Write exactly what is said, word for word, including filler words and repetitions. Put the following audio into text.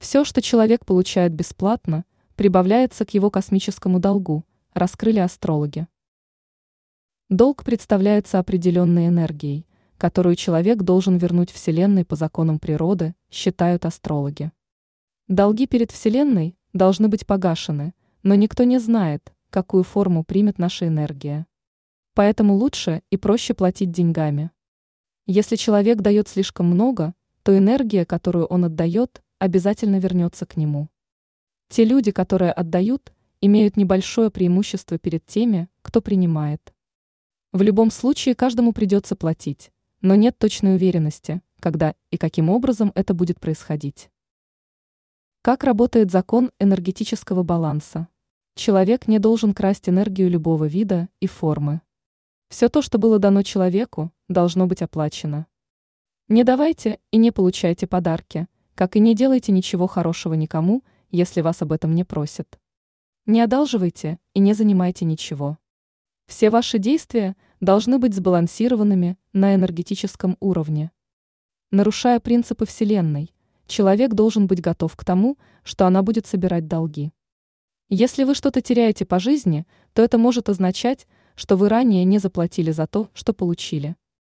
Все, что человек получает бесплатно, прибавляется к его космическому долгу, раскрыли астрологи. Долг представляется определенной энергией, которую человек должен вернуть Вселенной по законам природы, считают астрологи. Долги перед Вселенной должны быть погашены, но никто не знает, какую форму примет наша энергия. Поэтому лучше и проще платить деньгами. Если человек дает слишком много, то энергия, которую он отдает, обязательно вернется к нему. Те люди, которые отдают, имеют небольшое преимущество перед теми, кто принимает. В любом случае каждому придется платить, но нет точной уверенности, когда и каким образом это будет происходить. Как работает закон энергетического баланса? Человек не должен красть энергию любого вида и формы. Все то, что было дано человеку, должно быть оплачено. Не давайте и не получайте подарки, как и не делайте ничего хорошего никому, если вас об этом не просят. Не одалживайте и не занимайте ничего. Все ваши действия должны быть сбалансированными на энергетическом уровне. Нарушая принципы Вселенной, человек должен быть готов к тому, что она будет собирать долги. Если вы что-то теряете по жизни, то это может означать, что вы ранее не заплатили за то, что получили.